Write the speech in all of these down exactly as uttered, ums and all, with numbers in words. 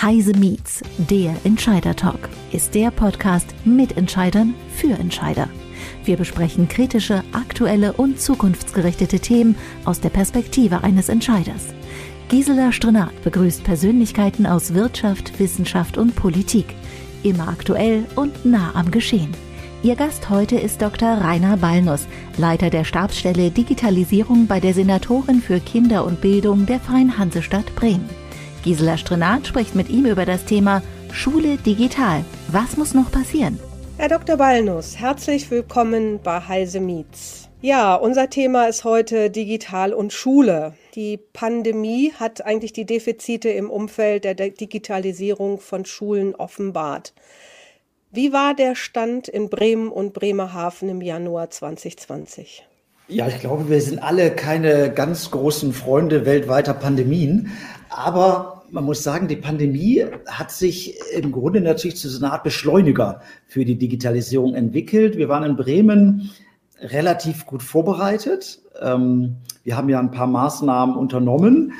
Heise Meets, der Entscheider-Talk, ist der Podcast mit Entscheidern für Entscheider. Wir besprechen kritische, aktuelle und zukunftsgerichtete Themen aus der Perspektive eines Entscheiders. Gisela Strenat begrüßt Persönlichkeiten aus Wirtschaft, Wissenschaft und Politik. Immer aktuell und nah am Geschehen. Ihr Gast heute ist Doktor Rainer Ballnuss, Leiter der Stabsstelle Digitalisierung bei der Senatorin für Kinder und Bildung der Freien Hansestadt Bremen. Gisela Strenat spricht mit ihm über das Thema Schule digital. Was muss noch passieren? Herr Doktor Ballnuss, herzlich willkommen bei Heise Meets. Ja, unser Thema ist heute Digital und Schule. Die Pandemie hat eigentlich die Defizite im Umfeld der Digitalisierung von Schulen offenbart. Wie war der Stand in Bremen und Bremerhaven im Januar zwanzig zwanzig? Ja, ich glaube, wir sind alle keine ganz großen Freunde weltweiter Pandemien. Aber man muss sagen, die Pandemie hat sich im Grunde natürlich zu so einer Art Beschleuniger für die Digitalisierung entwickelt. Wir waren in Bremen relativ gut vorbereitet. Wir haben ja ein paar Maßnahmen unternommen.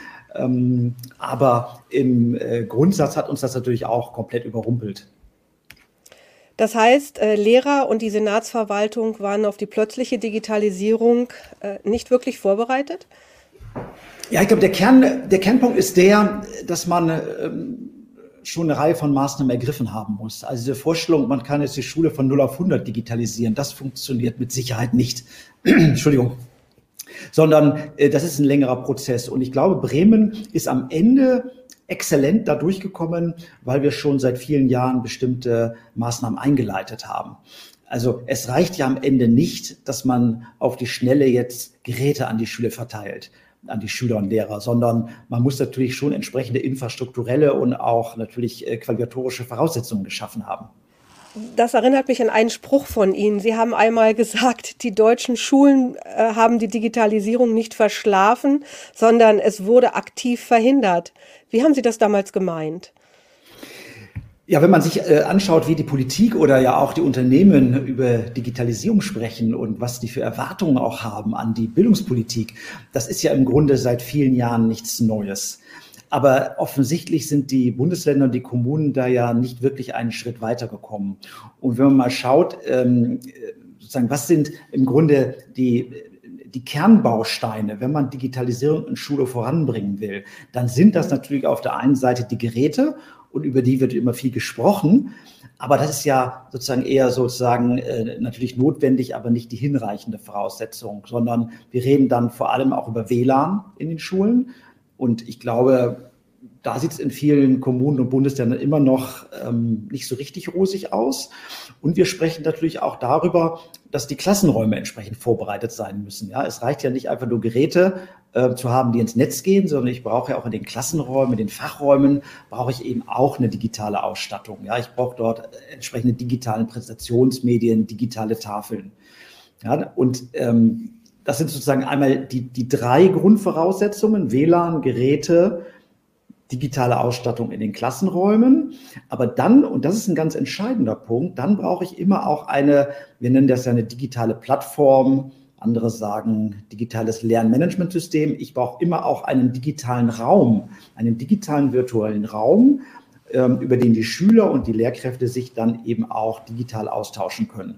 Aber im Grundsatz hat uns das natürlich auch komplett überrumpelt. Das heißt, äh, Lehrer und die Senatsverwaltung waren auf die plötzliche Digitalisierung äh, nicht wirklich vorbereitet? Ja, ich glaube, der Kern, der Kernpunkt ist der, dass man ähm, schon eine Reihe von Maßnahmen ergriffen haben muss. Also diese Vorstellung, man kann jetzt die Schule von null auf hundert digitalisieren, das funktioniert mit Sicherheit nicht. Entschuldigung. Sondern äh, das ist ein längerer Prozess. Und ich glaube, Bremen ist am Ende exzellent da durchgekommen, weil wir schon seit vielen Jahren bestimmte Maßnahmen eingeleitet haben. Also es reicht ja am Ende nicht, dass man auf die Schnelle jetzt Geräte an die Schule verteilt, an die Schüler und Lehrer, sondern man muss natürlich schon entsprechende infrastrukturelle und auch natürlich qualifikatorische Voraussetzungen geschaffen haben. Das erinnert mich an einen Spruch von Ihnen. Sie haben einmal gesagt, die deutschen Schulen äh, haben die Digitalisierung nicht verschlafen, sondern es wurde aktiv verhindert. Wie haben Sie das damals gemeint? Ja, wenn man sich äh, anschaut, wie die Politik oder ja auch die Unternehmen über Digitalisierung sprechen und was die für Erwartungen auch haben an die Bildungspolitik, das ist ja im Grunde seit vielen Jahren nichts Neues. Aber offensichtlich sind die Bundesländer und die Kommunen da ja nicht wirklich einen Schritt weitergekommen. Und wenn man mal schaut, ähm, sozusagen, was sind im Grunde die, die Kernbausteine, wenn man Digitalisierung in Schule voranbringen will, dann sind das natürlich auf der einen Seite die Geräte, und über die wird immer viel gesprochen. Aber das ist ja sozusagen eher sozusagen äh, natürlich notwendig, aber nicht die hinreichende Voraussetzung, sondern wir reden dann vor allem auch über W L A N in den Schulen. Und ich glaube, da sieht es in vielen Kommunen und Bundesländern immer noch ähm, nicht so richtig rosig aus. Und wir sprechen natürlich auch darüber, dass die Klassenräume entsprechend vorbereitet sein müssen. Ja, es reicht ja nicht einfach nur Geräte äh, zu haben, die ins Netz gehen, sondern ich brauche ja auch in den Klassenräumen, in den Fachräumen, brauche ich eben auch eine digitale Ausstattung. Ja, ich brauche dort entsprechende digitalen Präsentationsmedien, digitale Tafeln. Ja, und ähm, das sind sozusagen einmal die, die drei Grundvoraussetzungen: W L A N, Geräte, digitale Ausstattung in den Klassenräumen. Aber dann, und das ist ein ganz entscheidender Punkt, dann brauche ich immer auch eine, wir nennen das ja eine digitale Plattform, andere sagen digitales Lernmanagementsystem. Ich brauche immer auch einen digitalen Raum, einen digitalen virtuellen Raum, ähm, über den die Schüler und die Lehrkräfte sich dann eben auch digital austauschen können.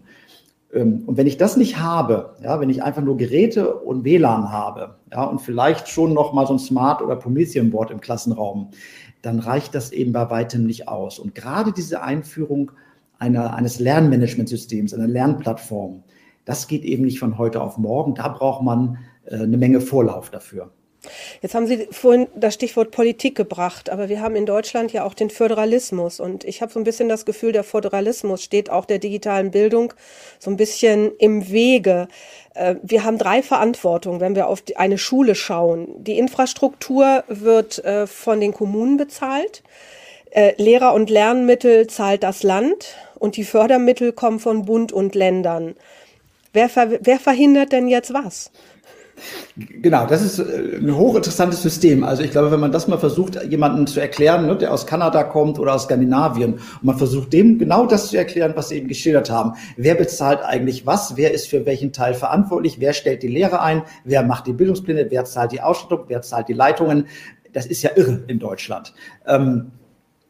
Und wenn ich das nicht habe, ja, wenn ich einfach nur Geräte und W L A N habe, ja, und vielleicht schon noch mal so ein Smart- oder Promethean-Board im Klassenraum, dann reicht das eben bei weitem nicht aus. Und gerade diese Einführung einer, eines Lernmanagementsystems, einer Lernplattform, das geht eben nicht von heute auf morgen. Da braucht man äh, eine Menge Vorlauf dafür. Jetzt haben Sie vorhin das Stichwort Politik gebracht, aber wir haben in Deutschland ja auch den Föderalismus und ich habe so ein bisschen das Gefühl, der Föderalismus steht auch der digitalen Bildung so ein bisschen im Wege. Wir haben drei Verantwortungen, wenn wir auf eine Schule schauen. Die Infrastruktur wird von den Kommunen bezahlt, Lehrer- und Lernmittel zahlt das Land und die Fördermittel kommen von Bund und Ländern. Wer, ver- wer verhindert denn jetzt was? Genau, das ist ein hochinteressantes System. Also ich glaube, wenn man das mal versucht, jemanden zu erklären, ne, der aus Kanada kommt oder aus Skandinavien, und man versucht dem genau das zu erklären, was Sie eben geschildert haben. Wer bezahlt eigentlich was? Wer ist für welchen Teil verantwortlich? Wer stellt die Lehre ein? Wer macht die Bildungspläne? Wer zahlt die Ausstattung? Wer zahlt die Leitungen? Das ist ja irre in Deutschland. Ähm,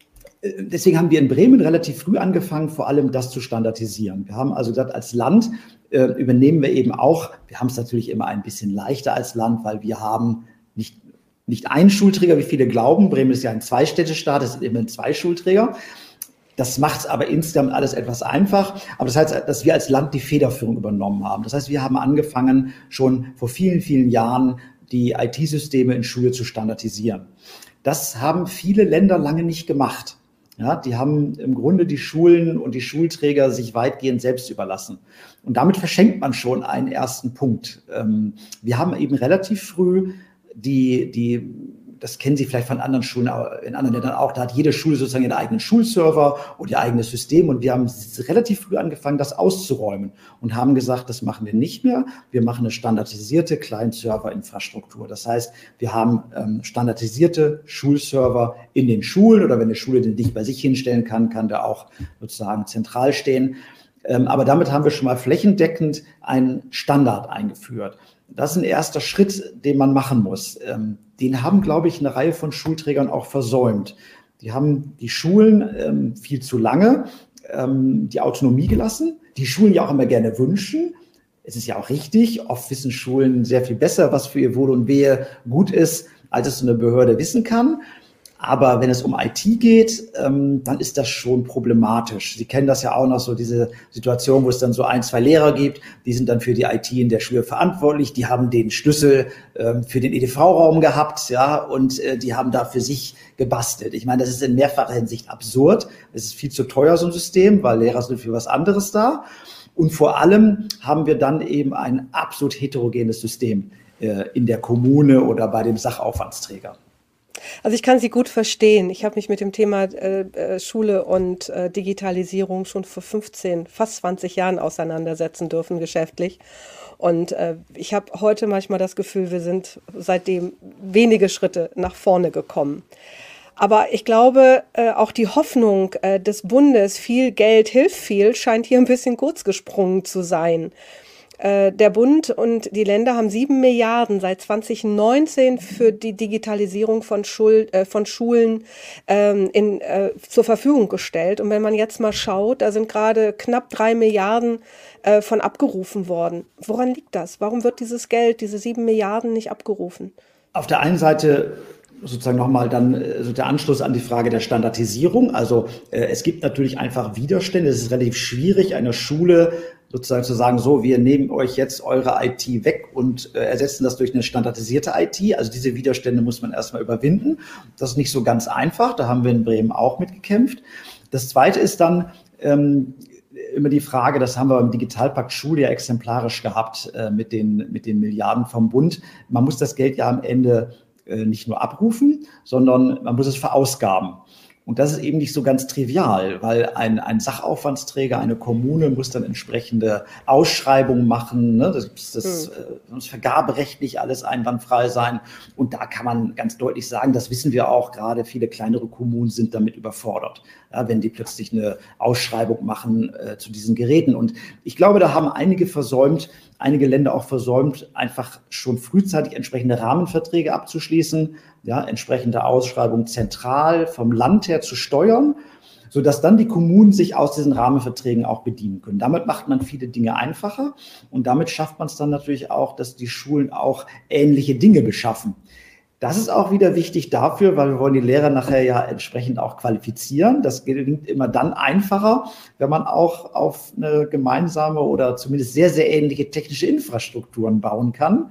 Deswegen haben wir in Bremen relativ früh angefangen, vor allem das zu standardisieren. Wir haben also gesagt, als Land äh, übernehmen wir eben auch, wir haben es natürlich immer ein bisschen leichter als Land, weil wir haben nicht, nicht einen Schulträger, wie viele glauben. Bremen ist ja ein Zwei-Städte-Staat, es sind immerhin zwei Schulträger. Das macht es aber insgesamt alles etwas einfach. Aber das heißt, dass wir als Land die Federführung übernommen haben. Das heißt, wir haben angefangen, schon vor vielen, vielen Jahren die I T-Systeme in Schule zu standardisieren. Das haben viele Länder lange nicht gemacht. Ja, die haben im Grunde die Schulen und die Schulträger sich weitgehend selbst überlassen. Und damit verschenkt man schon einen ersten Punkt. Ähm, wir haben eben relativ früh die, die, das kennen Sie vielleicht von anderen Schulen, in anderen Ländern auch, da hat jede Schule sozusagen ihren eigenen Schulserver und ihr eigenes System. Und wir haben relativ früh angefangen, das auszuräumen und haben gesagt, das machen wir nicht mehr. Wir machen eine standardisierte Client-Server-Infrastruktur. Das heißt, wir haben ähm, standardisierte Schulserver in den Schulen, oder wenn eine Schule den nicht bei sich hinstellen kann, kann der auch sozusagen zentral stehen. Ähm, aber damit haben wir schon mal flächendeckend einen Standard eingeführt. Das ist ein erster Schritt, den man machen muss. Ähm, den haben, glaube ich, eine Reihe von Schulträgern auch versäumt. Die haben die Schulen ähm, viel zu lange ähm, die Autonomie gelassen, die Schulen ja auch immer gerne wünschen. Es ist ja auch richtig, oft wissen Schulen sehr viel besser, was für ihr Wohl und Wehe gut ist, als es so eine Behörde wissen kann. Aber wenn es um I T geht, ähm, dann ist das schon problematisch. Sie kennen das ja auch noch, so diese Situation, wo es dann so ein, zwei Lehrer gibt, die sind dann für die I T in der Schule verantwortlich, die haben den Schlüssel ähm, für den E D V-Raum gehabt, ja, und äh, die haben da für sich gebastelt. Ich meine, das ist in mehrfacher Hinsicht absurd. Es ist viel zu teuer, so ein System, weil Lehrer sind für was anderes da. Und vor allem haben wir dann eben ein absolut heterogenes System äh, in der Kommune oder bei dem Sachaufwandsträger. Also ich kann Sie gut verstehen. Ich habe mich mit dem Thema äh, Schule und äh, Digitalisierung schon vor fünfzehn, fast zwanzig Jahren auseinandersetzen dürfen, geschäftlich. Und äh, ich habe heute manchmal das Gefühl, wir sind seitdem wenige Schritte nach vorne gekommen. Aber ich glaube, äh, auch die Hoffnung äh, des Bundes, viel Geld hilft viel, scheint hier ein bisschen kurz gesprungen zu sein. Der Bund und die Länder haben sieben Milliarden seit zwanzig neunzehn für die Digitalisierung von, Schul äh, von Schulen ähm, in, äh, zur Verfügung gestellt. Und wenn man jetzt mal schaut, da sind gerade knapp drei Milliarden äh, von abgerufen worden. Woran liegt das? Warum wird dieses Geld, diese sieben Milliarden nicht abgerufen? Auf der einen Seite sozusagen nochmal dann so der Anschluss an die Frage der Standardisierung. Also äh, es gibt natürlich einfach Widerstände. Es ist relativ schwierig, einer Schule sozusagen zu sagen, so, wir nehmen euch jetzt eure I T weg und äh, ersetzen das durch eine standardisierte I T. Also diese Widerstände muss man erstmal überwinden. Das ist nicht so ganz einfach. Da haben wir in Bremen auch mitgekämpft. Das Zweite ist dann ähm, immer die Frage, das haben wir beim Digitalpakt Schule ja exemplarisch gehabt äh, mit den, mit den Milliarden vom Bund. Man muss das Geld ja am Ende äh, nicht nur abrufen, sondern man muss es verausgaben. Und das ist eben nicht so ganz trivial, weil ein, ein Sachaufwandsträger, eine Kommune muss dann entsprechende Ausschreibungen machen. Ne? Das, das hm. äh, muss vergaberechtlich alles einwandfrei sein. Und da kann man ganz deutlich sagen, das wissen wir auch, gerade viele kleinere Kommunen sind damit überfordert, ja, wenn die plötzlich eine Ausschreibung machen äh, zu diesen Geräten. Und ich glaube, da haben einige versäumt, einige Länder auch versäumt, einfach schon frühzeitig entsprechende Rahmenverträge abzuschließen, ja, entsprechende Ausschreibungen zentral vom Land her zu steuern, sodass dann die Kommunen sich aus diesen Rahmenverträgen auch bedienen können. Damit macht man viele Dinge einfacher und damit schafft man es dann natürlich auch, dass die Schulen auch ähnliche Dinge beschaffen. Das ist auch wieder wichtig dafür, weil wir wollen die Lehrer nachher ja entsprechend auch qualifizieren. Das gelingt immer dann einfacher, wenn man auch auf eine gemeinsame oder zumindest sehr, sehr ähnliche technische Infrastrukturen bauen kann.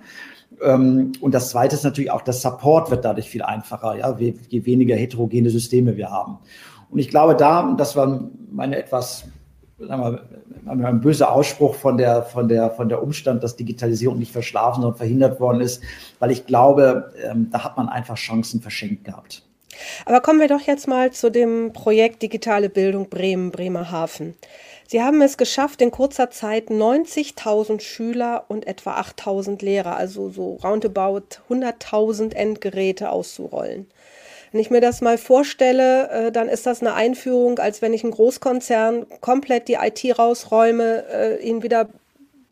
Und das Zweite ist natürlich auch, das Support wird dadurch viel einfacher, ja, je weniger heterogene Systeme wir haben. Und ich glaube da, das war meine etwas, sagen wir, ein böser Ausspruch von der, von der, von der Umstand, dass Digitalisierung nicht verschlafen, sondern verhindert worden ist, weil ich glaube, ähm, da hat man einfach Chancen verschenkt gehabt. Aber kommen wir doch jetzt mal zu dem Projekt Digitale Bildung Bremen, Bremerhaven. Sie haben es geschafft, in kurzer Zeit neunzigtausend Schüler und etwa achttausend Lehrer, also so roundabout hunderttausend Endgeräte auszurollen. Wenn ich mir das mal vorstelle, dann ist das eine Einführung, als wenn ich einen Großkonzern komplett die I T rausräume, ihn wieder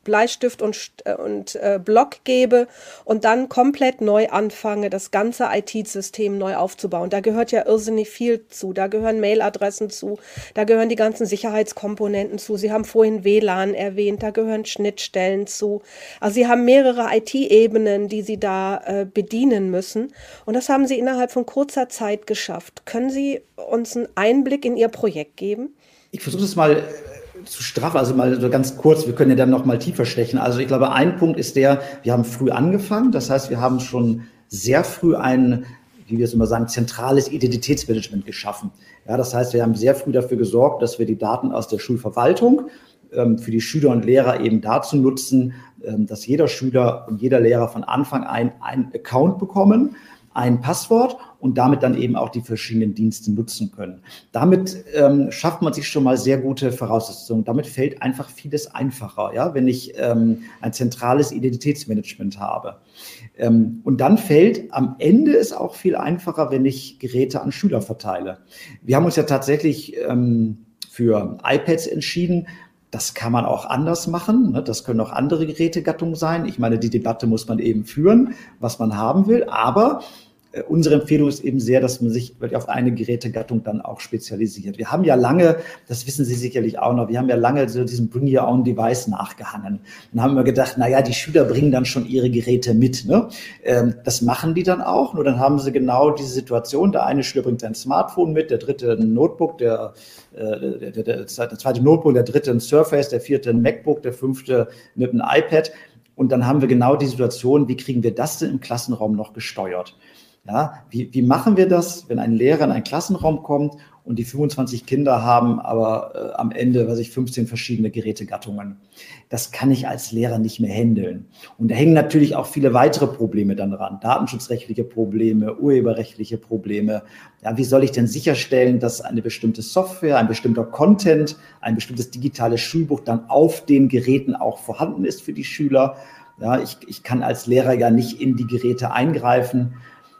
Bleistift und, und äh, Block gebe und dann komplett neu anfange, das ganze I T-System neu aufzubauen. Da gehört ja irrsinnig viel zu. Da gehören Mailadressen zu, da gehören die ganzen Sicherheitskomponenten zu. Sie haben vorhin W L A N erwähnt, da gehören Schnittstellen zu. Also Sie haben mehrere I T-Ebenen, die Sie da äh, bedienen müssen. Und das haben Sie innerhalb von kurzer Zeit geschafft. Können Sie uns einen Einblick in Ihr Projekt geben? Ich versuche es mal zu straffen, also mal so ganz kurz, wir können ja dann noch mal tiefer stechen. Also ich glaube, ein Punkt ist der, wir haben früh angefangen, das heißt, wir haben schon sehr früh ein, wie wir es immer sagen, zentrales Identitätsmanagement geschaffen. Ja, das heißt, wir haben sehr früh dafür gesorgt, dass wir die Daten aus der Schulverwaltung ähm, für die Schüler und Lehrer eben dazu nutzen, ähm, dass jeder Schüler und jeder Lehrer von Anfang an einen Account bekommen, ein Passwort und damit dann eben auch die verschiedenen Dienste nutzen können. Damit ähm, schafft man sich schon mal sehr gute Voraussetzungen. Damit fällt einfach vieles einfacher, ja, wenn ich ähm, ein zentrales Identitätsmanagement habe. Ähm, und dann fällt am Ende es auch viel einfacher, wenn ich Geräte an Schüler verteile. Wir haben uns ja tatsächlich ähm, für iPads entschieden. Das kann man auch anders machen. Ne? Das können auch andere Gerätegattungen sein. Ich meine, die Debatte muss man eben führen, was man haben will. Aber äh, unsere Empfehlung ist eben sehr, dass man sich wirklich auf eine Gerätegattung dann auch spezialisiert. Wir haben ja lange, das wissen Sie sicherlich auch noch, wir haben ja lange so diesen Bring Your Own Device nachgehangen. Dann haben wir gedacht, na ja, die Schüler bringen dann schon ihre Geräte mit. Ne? Ähm, das machen die dann auch. Nur dann haben sie genau diese Situation. Der eine Schüler bringt sein Smartphone mit, der dritte ein Notebook, der Der, der, der, der zweite Notebook, der dritte ein Surface, der vierte ein MacBook, der fünfte mit einem iPad. Und dann haben wir genau die Situation, wie kriegen wir das denn im Klassenraum noch gesteuert? Ja, wie, wie machen wir das, wenn ein Lehrer in einen Klassenraum kommt und die fünfundzwanzig Kinder haben aber äh, am Ende, weiß ich, fünfzehn verschiedene Gerätegattungen? Das kann ich als Lehrer nicht mehr handeln. Und da hängen natürlich auch viele weitere Probleme dann dran. Datenschutzrechtliche Probleme, urheberrechtliche Probleme. Ja, wie soll ich denn sicherstellen, dass eine bestimmte Software, ein bestimmter Content, ein bestimmtes digitales Schulbuch dann auf den Geräten auch vorhanden ist für die Schüler? Ja, ich, ich kann als Lehrer ja nicht in die Geräte eingreifen.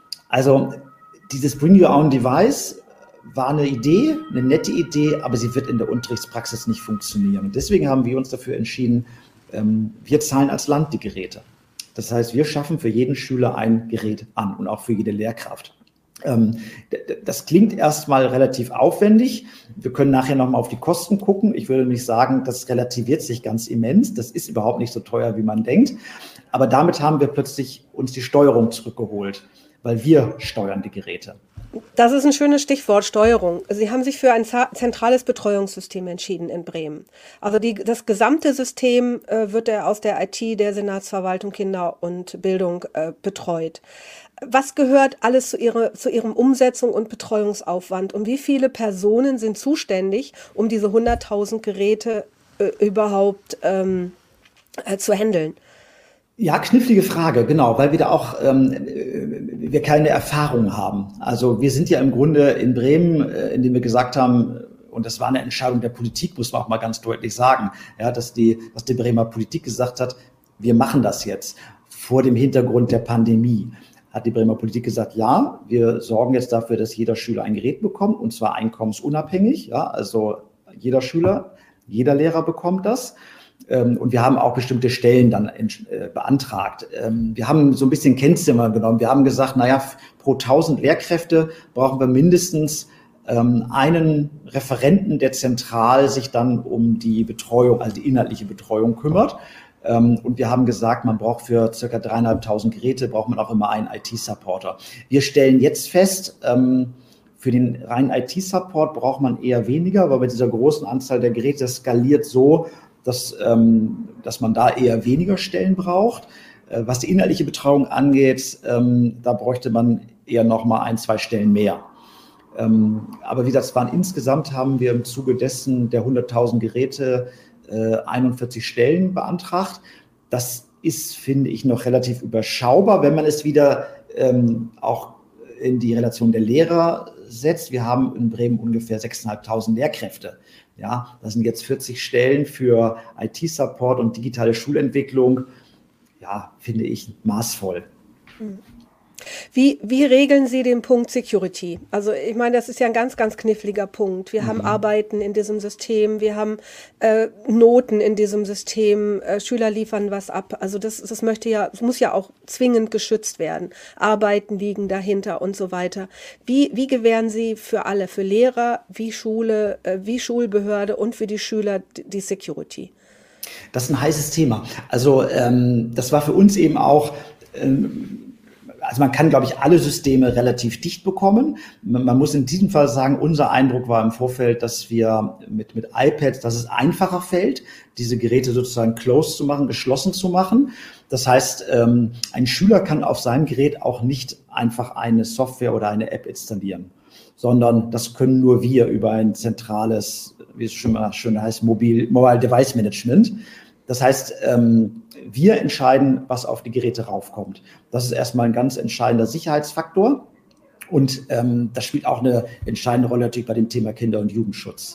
Also dieses Bring Your Own Device war eine Idee, eine nette Idee, aber sie wird in der Unterrichtspraxis nicht funktionieren. Und deswegen haben wir uns dafür entschieden, ähm, wir zahlen als Land die Geräte. Das heißt, wir schaffen für jeden Schüler ein Gerät an und auch für jede Lehrkraft. Ähm, d- das klingt erstmal relativ aufwendig. Wir können nachher nochmal auf die Kosten gucken. Ich würde nicht sagen, das relativiert sich ganz immens. Das ist überhaupt nicht so teuer, wie man denkt. Aber damit haben wir plötzlich uns die Steuerung zurückgeholt, weil wir steuern die Geräte. Das ist ein schönes Stichwort, Steuerung. Sie haben sich für ein zentrales Betreuungssystem entschieden in Bremen. Also die, das gesamte System äh, wird er aus der I T der Senatsverwaltung Kinder und Bildung äh, betreut. Was gehört alles zu, ihre, zu Ihrem Umsetzung und Betreuungsaufwand? Und wie viele Personen sind zuständig, um diese hunderttausend Geräte äh, überhaupt ähm, äh, zu handeln? Ja, knifflige Frage, genau, weil wir da auch ähm, wir keine Erfahrung haben. Also wir sind ja im Grunde in Bremen, äh, indem wir gesagt haben, und das war eine Entscheidung der Politik, muss man auch mal ganz deutlich sagen, ja, dass die, dass die Bremer Politik gesagt hat, wir machen das jetzt vor dem Hintergrund der Pandemie. Hat die Bremer Politik gesagt, ja, wir sorgen jetzt dafür, dass jeder Schüler ein Gerät bekommt, und zwar einkommensunabhängig. Ja, also jeder Schüler, jeder Lehrer bekommt das. Und wir haben auch bestimmte Stellen dann äh, beantragt. Ähm, wir haben so ein bisschen Kennzimmer genommen. Wir haben gesagt, naja, pro tausend Lehrkräfte brauchen wir mindestens ähm, einen Referenten, der zentral sich dann um die Betreuung, also die inhaltliche Betreuung kümmert. Ähm, und wir haben gesagt, man braucht für circa dreieinhalbtausend Geräte, braucht man auch immer einen I T-Supporter. Wir stellen jetzt fest, ähm, für den reinen I T-Support braucht man eher weniger, weil bei dieser großen Anzahl der Geräte skaliert so, dass, ähm, dass man da eher weniger Stellen braucht. Äh, was die inhaltliche Betreuung angeht, ähm, da bräuchte man eher noch mal ein, zwei Stellen mehr. Ähm, aber wie das waren, insgesamt haben wir im Zuge dessen der hunderttausend Geräte äh, einundvierzig Stellen beantragt. Das ist, finde ich, noch relativ überschaubar, wenn man es wieder ähm, auch in die Relation der Lehrer setzt. Wir haben in Bremen ungefähr sechstausendfünfhundert Lehrkräfte. Ja, das sind jetzt vierzig Stellen für I T-Support und digitale Schulentwicklung. Ja, finde ich maßvoll. Wie, wie regeln Sie den Punkt Security? Also ich meine, das ist ja ein ganz, ganz kniffliger Punkt. Wir mhm. haben Arbeiten in diesem System, wir haben äh, Noten in diesem System, äh, Schüler liefern was ab. Also das, das möchte ja, das muss ja auch zwingend geschützt werden. Arbeiten liegen dahinter und so weiter. Wie, wie gewähren Sie für alle, für Lehrer, wie Schule, äh, wie Schulbehörde und für die Schüler die Security? Das ist ein heißes Thema. Also ähm, das war für uns eben auch, ähm, also man kann, glaube ich, alle Systeme relativ dicht bekommen. Man, man muss in diesem Fall sagen, unser Eindruck war im Vorfeld, dass wir mit, mit iPads, dass es einfacher fällt, diese Geräte sozusagen closed zu machen, geschlossen zu machen. Das heißt, ähm, ein Schüler kann auf seinem Gerät auch nicht einfach eine Software oder eine App installieren, sondern das können nur wir über ein zentrales, wie es schon mal schön heißt, Mobile, Mobile Device Management. Das heißt, ähm, wir entscheiden, was auf die Geräte raufkommt. Das ist erstmal ein ganz entscheidender Sicherheitsfaktor. Und ähm, das spielt auch eine entscheidende Rolle natürlich bei dem Thema Kinder- und Jugendschutz.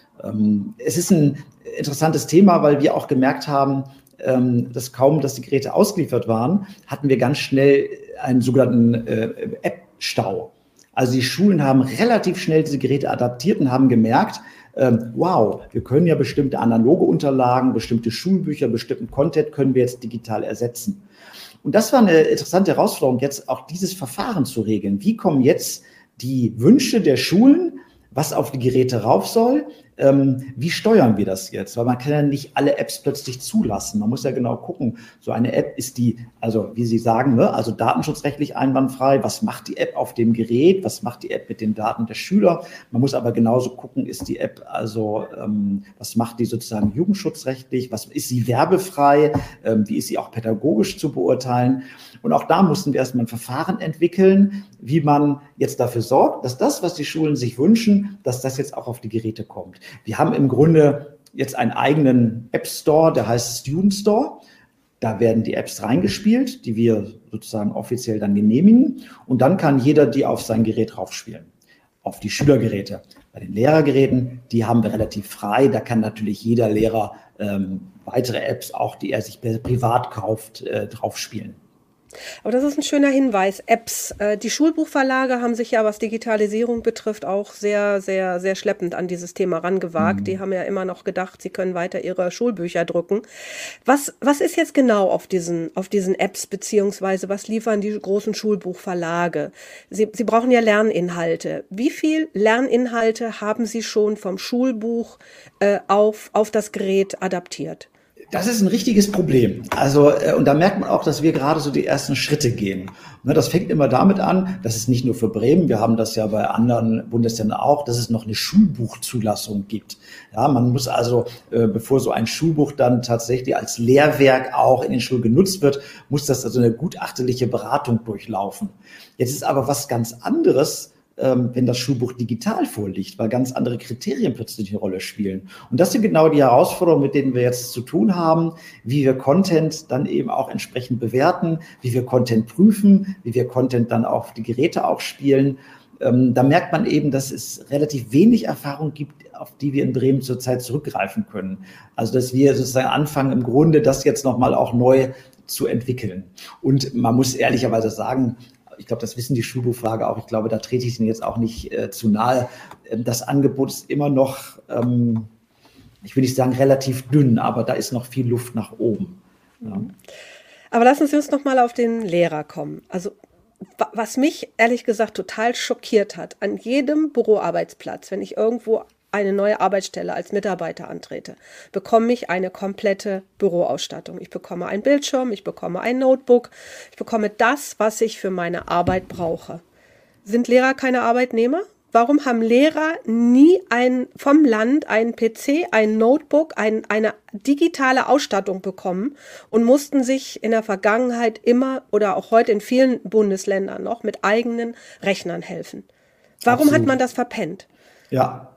Ähm, es ist ein interessantes Thema, weil wir auch gemerkt haben, ähm, dass kaum, dass die Geräte ausgeliefert waren, hatten wir ganz schnell einen sogenannten äh, App-Stau. Also die Schulen haben relativ schnell diese Geräte adaptiert und haben gemerkt, ähm, wow, wir können ja bestimmte analoge Unterlagen, bestimmte Schulbücher, bestimmten Content können wir jetzt digital ersetzen. Und das war eine interessante Herausforderung, jetzt auch dieses Verfahren zu regeln. Wie kommen jetzt die Wünsche der Schulen, was auf die Geräte rauf soll? Ähm, wie steuern wir das jetzt? Weil man kann ja nicht alle Apps plötzlich zulassen. Man muss ja genau gucken, so eine App ist die, also wie Sie sagen, ne, also datenschutzrechtlich einwandfrei. Was macht die App auf dem Gerät? Was macht die App mit den Daten der Schüler? Man muss aber genauso gucken, ist die App, also ähm, was macht die sozusagen jugendschutzrechtlich? Was ist sie werbefrei? Ähm, wie ist sie auch pädagogisch zu beurteilen? Und auch da mussten wir erstmal ein Verfahren entwickeln, wie man jetzt dafür sorgt, dass das, was die Schulen sich wünschen, dass das jetzt auch auf die Geräte kommt. Wir haben im Grunde jetzt einen eigenen App Store, der heißt Student Store. Da werden die Apps reingespielt, die wir sozusagen offiziell dann genehmigen. Und dann kann jeder die auf sein Gerät raufspielen, auf die Schülergeräte. Bei den Lehrergeräten, die haben wir relativ frei. Da kann natürlich jeder Lehrer ähm, weitere Apps, auch die er sich privat kauft, äh, draufspielen. Aber das ist ein schöner Hinweis. Apps. Die Schulbuchverlage haben sich ja, was Digitalisierung betrifft, auch sehr, sehr, sehr schleppend an dieses Thema rangewagt. Mhm. Die haben ja immer noch gedacht, sie können weiter ihre Schulbücher drucken. Was, was ist jetzt genau auf diesen, auf diesen Apps, beziehungsweise was liefern die großen Schulbuchverlage? Sie, sie brauchen ja Lerninhalte. Wie viel Lerninhalte haben Sie schon vom Schulbuch äh, auf, auf das Gerät adaptiert? Das ist ein richtiges Problem. Also, und da merkt man auch, dass wir gerade so die ersten Schritte gehen. Das fängt immer damit an, dass es nicht nur für Bremen, wir haben das ja bei anderen Bundesländern auch, dass es noch eine Schulbuchzulassung gibt. Ja, man muss also, bevor so ein Schulbuch dann tatsächlich als Lehrwerk auch in den Schulen genutzt wird, muss das also eine gutachterliche Beratung durchlaufen. Jetzt ist aber was ganz anderes, wenn das Schulbuch digital vorliegt, weil ganz andere Kriterien plötzlich eine Rolle spielen. Und das sind genau die Herausforderungen, mit denen wir jetzt zu tun haben, wie wir Content dann eben auch entsprechend bewerten, wie wir Content prüfen, wie wir Content dann auf die Geräte auch spielen. Ähm, da merkt man eben, dass es relativ wenig Erfahrung gibt, auf die wir in Bremen zurzeit zurückgreifen können. Also dass wir sozusagen anfangen, im Grunde das jetzt nochmal auch neu zu entwickeln. Und man muss ehrlicherweise sagen, ich glaube, das wissen die Schulbuchverlage auch. Ich glaube, da trete ich Ihnen jetzt auch nicht äh, zu nahe. Das Angebot ist immer noch, ähm, ich will nicht sagen relativ dünn, aber da ist noch viel Luft nach oben. Ja. Aber lassen Sie uns noch mal auf den Lehrer kommen. Also was mich ehrlich gesagt total schockiert hat, an jedem Büroarbeitsplatz, wenn ich irgendwo eine neue Arbeitsstelle als Mitarbeiter antrete, bekomme ich eine komplette Büroausstattung. Ich bekomme einen Bildschirm, ich bekomme ein Notebook, ich bekomme das, was ich für meine Arbeit brauche. Sind Lehrer keine Arbeitnehmer? Warum haben Lehrer nie ein, vom Land einen P C, ein Notebook, ein, eine digitale Ausstattung bekommen und mussten sich in der Vergangenheit immer oder auch heute in vielen Bundesländern noch mit eigenen Rechnern helfen? Warum Absolut. Hat man das verpennt? Ja,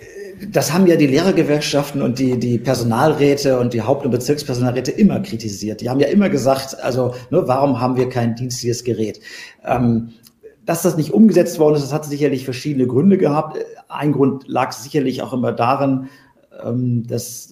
das haben ja die Lehrergewerkschaften und die, die Personalräte und die Haupt- und Bezirkspersonalräte immer kritisiert. Die haben ja immer gesagt, also ne, warum haben wir kein dienstliches Gerät? Ähm, dass das nicht umgesetzt worden ist, das hat sicherlich verschiedene Gründe gehabt. Ein Grund lag sicherlich auch immer darin, ähm, dass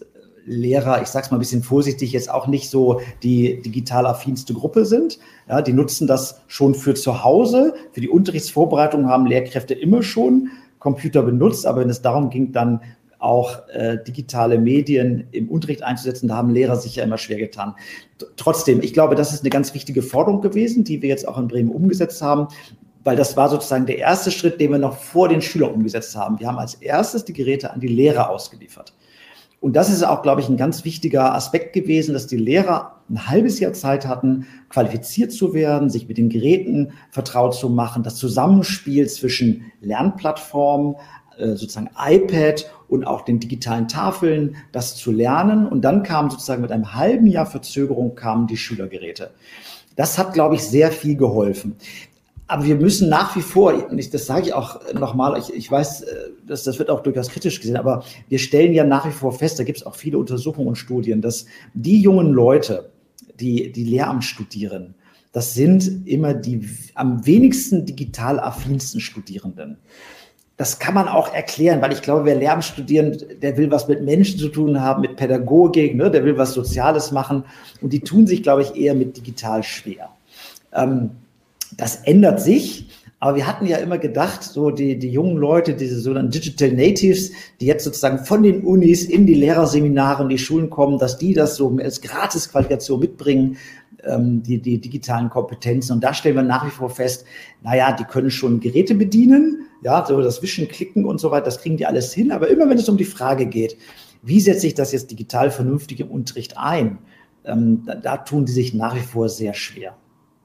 Lehrer, ich sage es mal ein bisschen vorsichtig, jetzt auch nicht so die digital affinste Gruppe sind. Ja, die nutzen das schon für zu Hause. Für die Unterrichtsvorbereitung haben Lehrkräfte immer schon Computer benutzt, aber wenn es darum ging, dann auch äh, digitale Medien im Unterricht einzusetzen, da haben Lehrer sich ja immer schwer getan. T- Trotzdem, ich glaube, das ist eine ganz wichtige Forderung gewesen, die wir jetzt auch in Bremen umgesetzt haben, weil das war sozusagen der erste Schritt, den wir noch vor den Schülern umgesetzt haben. Wir haben als erstes die Geräte an die Lehrer ausgeliefert. Und das ist auch, glaube ich, ein ganz wichtiger Aspekt gewesen, dass die Lehrer ein halbes Jahr Zeit hatten, qualifiziert zu werden, sich mit den Geräten vertraut zu machen, das Zusammenspiel zwischen Lernplattformen, sozusagen iPad und auch den digitalen Tafeln, das zu lernen. Und dann kam sozusagen mit einem halben Jahr Verzögerung kamen die Schülergeräte. Das hat, glaube ich, sehr viel geholfen. Aber wir müssen nach wie vor, und ich, das sage ich auch nochmal, ich, ich weiß, das, das wird auch durchaus kritisch gesehen, aber wir stellen ja nach wie vor fest, da gibt es auch viele Untersuchungen und Studien, dass die jungen Leute, die, die Lehramt studieren, das sind immer die am wenigsten digital affinsten Studierenden. Das kann man auch erklären, weil ich glaube, wer Lehramt studieren, der will was mit Menschen zu tun haben, mit Pädagogik, ne? Der will was Soziales machen. Und die tun sich, glaube ich, eher mit digital schwer. Ähm, das ändert sich. Aber wir hatten ja immer gedacht, so die, die jungen Leute, diese sogenannten Digital Natives, die jetzt sozusagen von den Unis in die Lehrerseminare und die Schulen kommen, dass die das so als Gratisqualifikation mitbringen, ähm, die, die digitalen Kompetenzen. Und da stellen wir nach wie vor fest, naja, die können schon Geräte bedienen, ja, so das Wischen, Klicken und so weiter, das kriegen die alles hin. Aber immer wenn es um die Frage geht, wie setze ich das jetzt digital vernünftig im Unterricht ein, ähm, da, da tun die sich nach wie vor sehr schwer.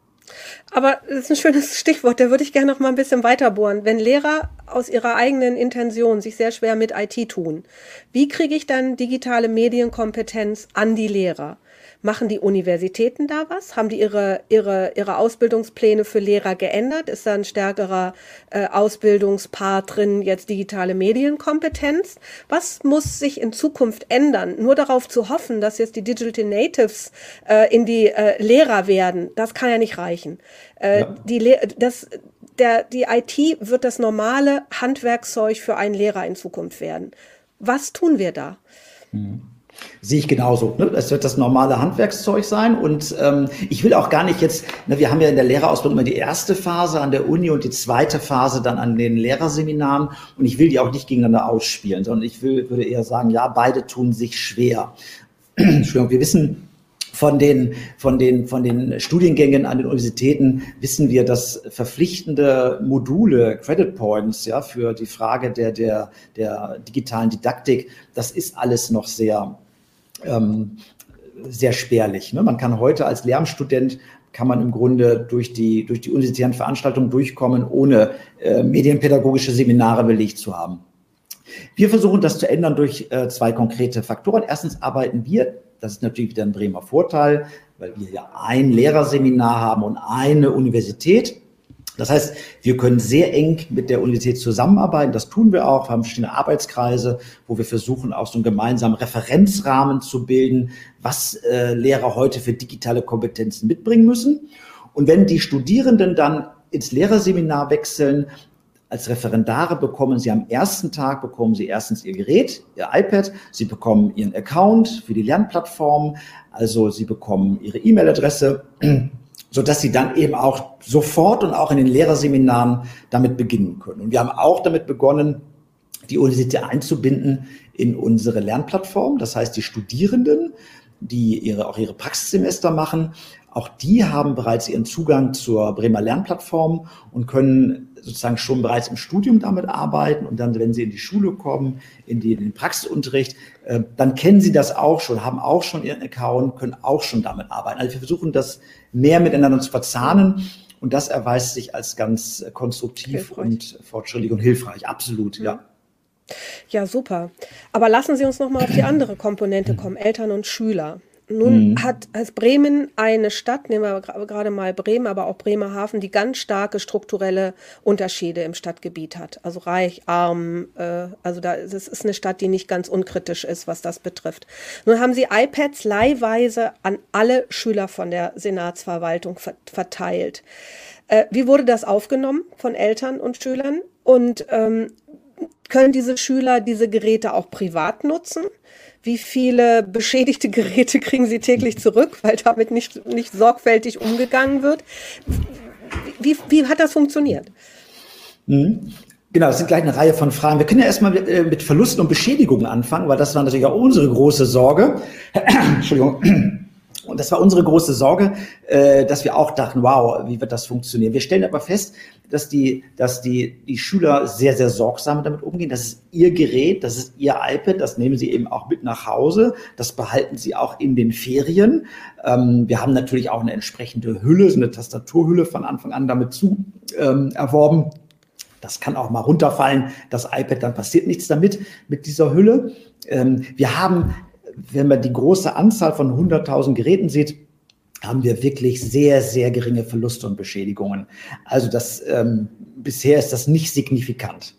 Aber das ist ein schönes Stichwort, da würde ich gerne noch mal ein bisschen weiter bohren. Wenn Lehrer aus ihrer eigenen Intention sich sehr schwer mit I T tun, wie kriege ich dann digitale Medienkompetenz an die Lehrer? Machen die Universitäten da was? Haben die ihre, ihre, ihre Ausbildungspläne für Lehrer geändert? Ist da ein stärkerer äh, Ausbildungspart drin, jetzt digitale Medienkompetenz? Was muss sich in Zukunft ändern? Nur darauf zu hoffen, dass jetzt die Digital Natives äh, in die äh, Lehrer werden, das kann ja nicht reichen. Äh, ja. die, Le- das, der, die I T wird das normale Handwerkszeug für einen Lehrer in Zukunft werden. Was tun wir da? Mhm. Sehe ich genauso. Ne? Es wird das normale Handwerkszeug sein und ähm, ich will auch gar nicht jetzt, ne, wir haben ja in der Lehrerausbildung immer die erste Phase an der Uni und die zweite Phase dann an den Lehrerseminaren und ich will die auch nicht gegeneinander ausspielen, sondern ich will, würde eher sagen, ja, beide tun sich schwer. Entschuldigung, wir wissen von den, von den, von den Studiengängen an den Universitäten wissen wir, dass verpflichtende Module, Credit Points, ja, für die Frage der, der, der digitalen Didaktik, das ist alles noch sehr, ähm, sehr spärlich. Ne? Man kann heute als Lehramtsstudent kann man im Grunde durch die, durch die universitären Veranstaltungen durchkommen, ohne äh, medienpädagogische Seminare belegt zu haben. Wir versuchen das zu ändern durch äh, zwei konkrete Faktoren. Erstens arbeiten wir, das ist natürlich wieder ein Bremer Vorteil, weil wir ja ein Lehrerseminar haben und eine Universität. Das heißt, wir können sehr eng mit der Universität zusammenarbeiten. Das tun wir auch. Wir haben verschiedene Arbeitskreise, wo wir versuchen, auch so einen gemeinsamen Referenzrahmen zu bilden, was äh, Lehrer heute für digitale Kompetenzen mitbringen müssen. Und wenn die Studierenden dann ins Lehrerseminar wechseln, als Referendare bekommen Sie am ersten Tag, bekommen Sie erstens Ihr Gerät, Ihr iPad, Sie bekommen Ihren Account für die Lernplattform, also Sie bekommen Ihre E-Mail-Adresse, sodass Sie dann eben auch sofort und auch in den Lehrerseminaren damit beginnen können. Und wir haben auch damit begonnen, die Universität einzubinden in unsere Lernplattform. Das heißt, die Studierenden, die ihre, auch ihre Praxissemester machen, auch die haben bereits ihren Zugang zur Bremer Lernplattform und können sozusagen schon bereits im Studium damit arbeiten. Und dann, wenn sie in die Schule kommen, in, die, in den Praxisunterricht, äh, dann kennen sie das auch schon, haben auch schon ihren Account, können auch schon damit arbeiten. Also wir versuchen das mehr miteinander zu verzahnen. Und das erweist sich als ganz konstruktiv hilfreich und fortschrittlich und hilfreich. Absolut, ja. Ja, super. Aber lassen Sie uns noch mal auf die andere Komponente kommen, Eltern und Schüler. Nun mhm. hat als Bremen eine Stadt, nehmen wir gerade mal Bremen, aber auch Bremerhaven, die ganz starke strukturelle Unterschiede im Stadtgebiet hat. Also reich, arm, äh, also da das ist eine Stadt, die nicht ganz unkritisch ist, was das betrifft. Nun haben sie iPads leihweise an alle Schüler von der Senatsverwaltung ver- verteilt. Äh, wie wurde das aufgenommen von Eltern und Schülern? Und ähm, können diese Schüler diese Geräte auch privat nutzen? wie viele beschädigte Geräte kriegen Sie täglich zurück, weil damit nicht, nicht sorgfältig umgegangen wird. Wie, wie hat das funktioniert? Mhm. Genau, es sind gleich eine Reihe von Fragen. Wir können ja erstmal mit, äh, mit Verlusten und Beschädigungen anfangen, weil das war natürlich auch unsere große Sorge. Entschuldigung. Und das war unsere große Sorge, äh, dass wir auch dachten, wow, wie wird das funktionieren? Wir stellen aber fest, dass die, dass die, die Schüler sehr, sehr sorgsam damit umgehen. Das ist ihr Gerät, das ist ihr iPad, das nehmen sie eben auch mit nach Hause. Das behalten sie auch in den Ferien. Ähm, wir haben natürlich auch eine entsprechende Hülle, so eine Tastaturhülle von Anfang an damit zu ähm, erworben. Das kann auch mal runterfallen, das iPad, dann passiert nichts damit, mit dieser Hülle. Ähm, wir haben, wenn man die große Anzahl von hunderttausend Geräten sieht, haben wir wirklich sehr, sehr geringe Verluste und Beschädigungen. Also das, ähm, bisher ist das nicht signifikant.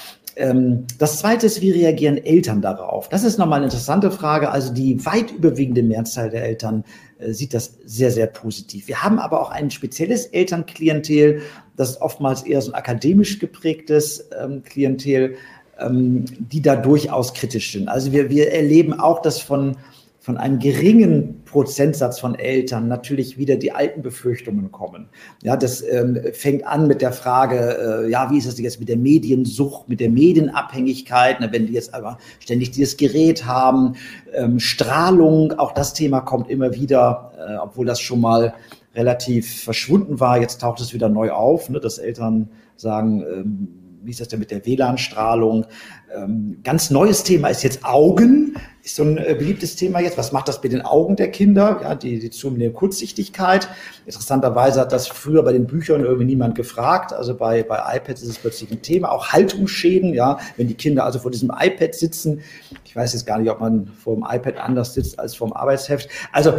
Ähm, das Zweite ist, wie reagieren Eltern darauf? Das ist nochmal eine interessante Frage. Also die weit überwiegende Mehrzahl der Eltern äh, sieht das sehr, sehr positiv. Wir haben aber auch ein spezielles Elternklientel, das ist oftmals eher so ein akademisch geprägtes ähm, Klientel, ähm, die da durchaus kritisch sind. Also wir, wir erleben auch, dass von von einem geringen Prozentsatz von Eltern natürlich wieder die alten Befürchtungen kommen. Ja, das ähm, fängt an mit der Frage, äh, ja, wie ist das jetzt mit der Mediensucht, mit der Medienabhängigkeit, na, wenn die jetzt aber ständig dieses Gerät haben, ähm, Strahlung, auch das Thema kommt immer wieder, äh, obwohl das schon mal relativ verschwunden war, jetzt taucht es wieder neu auf, ne, dass Eltern sagen, ähm, wie ist das denn mit der W L A N-Strahlung? Ähm, ganz neues Thema ist jetzt Augen, ist so ein äh, beliebtes Thema jetzt. Was macht das mit den Augen der Kinder? Ja, die, die zunehmende Kurzsichtigkeit. Interessanterweise hat das früher bei den Büchern irgendwie niemand gefragt. Also bei, bei iPads ist es plötzlich ein Thema. Auch Haltungsschäden, ja, wenn die Kinder also vor diesem iPad sitzen. Ich weiß jetzt gar nicht, ob man vor dem iPad anders sitzt als vor dem Arbeitsheft. Also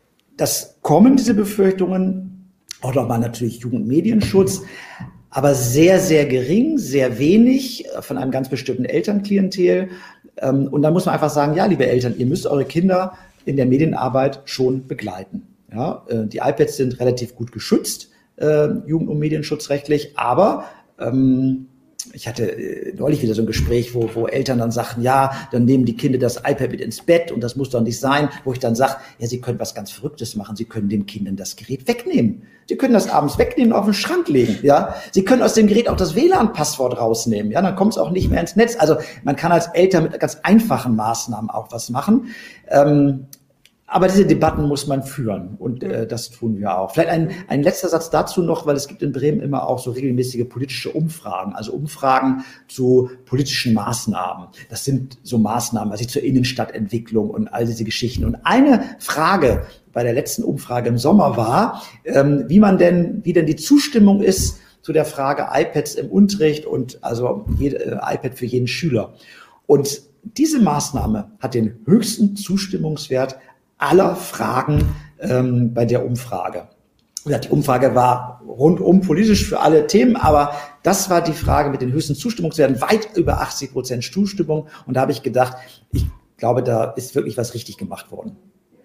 das kommen, diese Befürchtungen. Auch nochmal natürlich Jugendmedienschutz. Aber sehr, sehr gering, sehr wenig von einem ganz bestimmten Elternklientel. Und da muss man einfach sagen, ja, liebe Eltern, ihr müsst eure Kinder in der Medienarbeit schon begleiten. Ja, die iPads sind relativ gut geschützt, jugend- und medienschutzrechtlich, aber ähm, ich hatte neulich wieder so ein Gespräch, wo, wo Eltern dann sagten, ja, dann nehmen die Kinder das iPad mit ins Bett und das muss doch nicht sein, wo ich dann sage, ja, sie können was ganz Verrücktes machen, sie können den Kindern das Gerät wegnehmen. Sie können das abends wegnehmen und auf den Schrank legen, ja. Sie können aus dem Gerät auch das W L A N-Passwort rausnehmen, ja, dann kommt es auch nicht mehr ins Netz. Also man kann als Eltern mit ganz einfachen Maßnahmen auch was machen. Ähm, Aber diese Debatten muss man führen und äh, das tun wir auch. Vielleicht ein, ein letzter Satz dazu noch, weil es gibt in Bremen immer auch so regelmäßige politische Umfragen, also Umfragen zu politischen Maßnahmen. Das sind so Maßnahmen, also zur Innenstadtentwicklung und all diese Geschichten. Und eine Frage bei der letzten Umfrage im Sommer war, ähm, wie man denn, wie denn die Zustimmung ist zu der Frage iPads im Unterricht und also jede, äh, iPad für jeden Schüler. Und diese Maßnahme hat den höchsten Zustimmungswert aller Fragen ähm, bei der Umfrage. Ja, die Umfrage war rundum politisch für alle Themen, aber das war die Frage mit den höchsten Zustimmungswerten, weit über achtzig Prozent Zustimmung. Und da habe ich gedacht, ich glaube, da ist wirklich was richtig gemacht worden.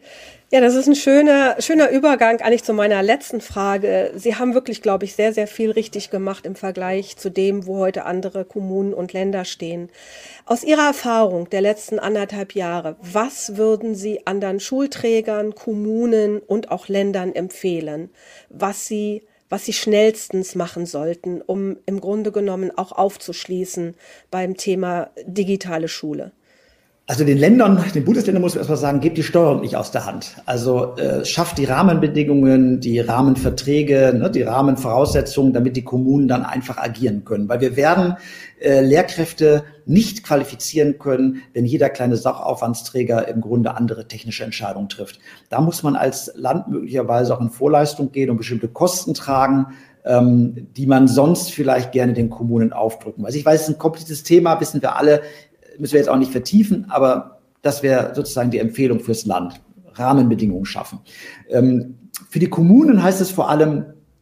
Ja, das ist ein schöner, schöner Übergang eigentlich zu meiner letzten Frage. Sie haben wirklich, glaube ich, sehr, sehr viel richtig gemacht im Vergleich zu dem, wo heute andere Kommunen und Länder stehen. Aus Ihrer Erfahrung der letzten anderthalb Jahre, was würden Sie anderen Schulträgern, Kommunen und auch Ländern empfehlen, was sie, was sie schnellstens machen sollten, um im Grunde genommen auch aufzuschließen beim Thema digitale Schule? Also den Ländern, den Bundesländern muss man erstmal sagen, gebt die Steuerung nicht aus der Hand. Also äh, schafft die Rahmenbedingungen, die Rahmenverträge, ne, die Rahmenvoraussetzungen, damit die Kommunen dann einfach agieren können. Weil wir werden äh, Lehrkräfte nicht qualifizieren können, wenn jeder kleine Sachaufwandsträger im Grunde andere technische Entscheidungen trifft. Da muss man als Land möglicherweise auch in Vorleistung gehen und bestimmte Kosten tragen, ähm, die man sonst vielleicht gerne den Kommunen aufdrücken. Also ich weiß, es ist ein kompliziertes Thema, wissen wir alle, müssen wir jetzt auch nicht vertiefen, aber das wäre sozusagen die Empfehlung fürs Land. Rahmenbedingungen schaffen. Ähm, für die Kommunen heißt es vor allem,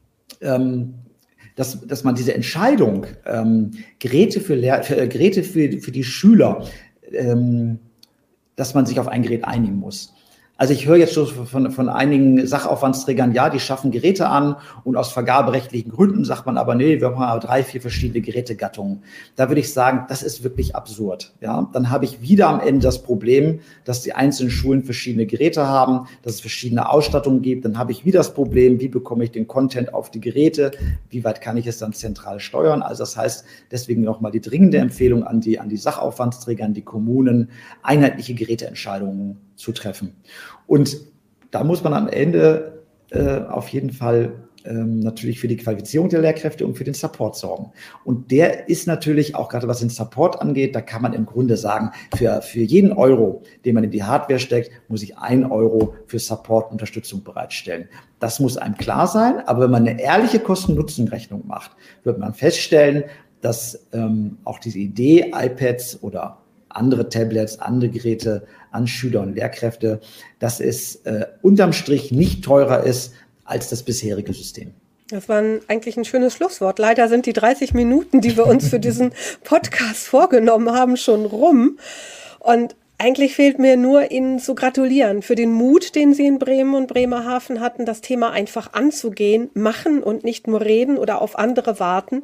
ähm, dass, dass man diese Entscheidung, ähm, Geräte für, Lehr- für äh, Geräte für, für die Schüler, ähm, dass man sich auf ein Gerät einigen muss. Also ich höre jetzt schon von, von einigen Sachaufwandsträgern, ja, die schaffen Geräte an und aus vergaberechtlichen Gründen sagt man aber, nee, wir haben aber drei, vier verschiedene Gerätegattungen. Da würde ich sagen, das ist wirklich absurd. Ja, dann habe ich wieder am Ende das Problem, dass die einzelnen Schulen verschiedene Geräte haben, dass es verschiedene Ausstattungen gibt. Dann habe ich wieder das Problem, wie bekomme ich den Content auf die Geräte? Wie weit kann ich es dann zentral steuern? Also das heißt, deswegen nochmal die dringende Empfehlung an die, an die Sachaufwandsträger, an die Kommunen, einheitliche Geräteentscheidungen zu treffen. Und da muss man am Ende äh, auf jeden Fall ähm, natürlich für die Qualifizierung der Lehrkräfte und für den Support sorgen. Und der ist natürlich auch gerade, was den Support angeht, da kann man im Grunde sagen, für, für jeden Euro, den man in die Hardware steckt, muss ich ein Euro für Support und Unterstützung bereitstellen. Das muss einem klar sein, aber wenn man eine ehrliche Kosten-Nutzen-Rechnung macht, wird man feststellen, dass ähm, auch diese Idee, iPads oder andere Tablets, andere Geräte an Schüler und Lehrkräfte, dass es äh, unterm Strich nicht teurer ist als das bisherige System. Das war ein, eigentlich ein schönes Schlusswort. Leider sind die dreißig Minuten, die wir uns für diesen Podcast vorgenommen haben, schon rum. Und eigentlich fehlt mir nur, Ihnen zu gratulieren für den Mut, den Sie in Bremen und Bremerhaven hatten, das Thema einfach anzugehen, machen und nicht nur reden oder auf andere warten.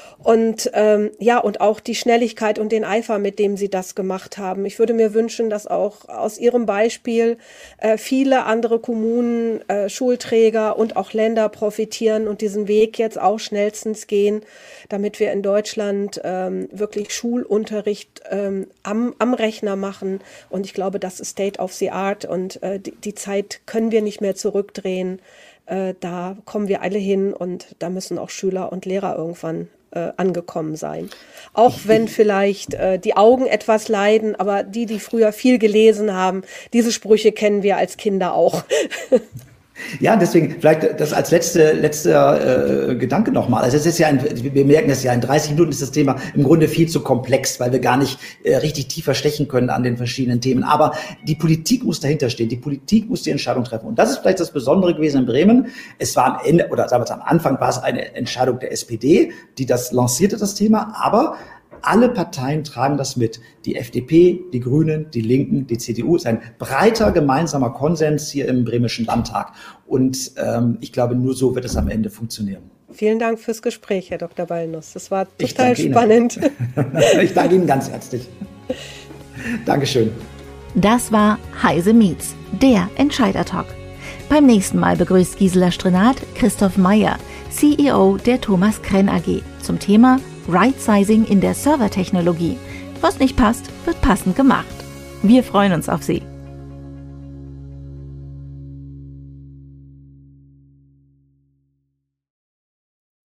Und ähm, ja, und auch die Schnelligkeit und den Eifer, mit dem Sie das gemacht haben. Ich würde mir wünschen, dass auch aus Ihrem Beispiel äh, viele andere Kommunen, äh, Schulträger und auch Länder profitieren und diesen Weg jetzt auch schnellstens gehen, damit wir in Deutschland ähm, wirklich Schulunterricht ähm, am, am Rechner machen. Und ich glaube, das ist State of the Art und äh, die, die Zeit können wir nicht mehr zurückdrehen. Äh, da kommen wir alle hin und da müssen auch Schüler und Lehrer irgendwann Äh, angekommen sein. Auch wenn vielleicht äh, die Augen etwas leiden, aber die, die früher viel gelesen haben, diese Sprüche kennen wir als Kinder auch. Ja, deswegen vielleicht das als letzte, letzter äh, Gedanke nochmal. Also es ist ja, ein, wir merken es ja, in dreißig Minuten ist das Thema im Grunde viel zu komplex, weil wir gar nicht äh, richtig tiefer stechen können an den verschiedenen Themen. Aber die Politik muss dahinter stehen. Die Politik muss die Entscheidung treffen. Und das ist vielleicht das Besondere gewesen in Bremen. Es war am Ende, oder sagen wir es am Anfang, war es eine Entscheidung der S P D, die das lancierte, das Thema. Aber alle Parteien tragen das mit. Die F D P, die Grünen, die Linken, die C D U. Es ist ein breiter gemeinsamer Konsens hier im Bremischen Landtag. Und ähm, ich glaube, nur so wird es am Ende funktionieren. Vielen Dank fürs Gespräch, Herr Doktor Ballnuss. Das war total spannend. Ich danke Ihnen ganz herzlich. Dankeschön. Das war Heise Meets, der Entscheider-Talk. Beim nächsten Mal begrüßt Gisela Strenat Christoph Meyer, C E O der Thomas Krenn A G, zum Thema Right-Sizing in der Servertechnologie. Was nicht passt, wird passend gemacht. Wir freuen uns auf Sie.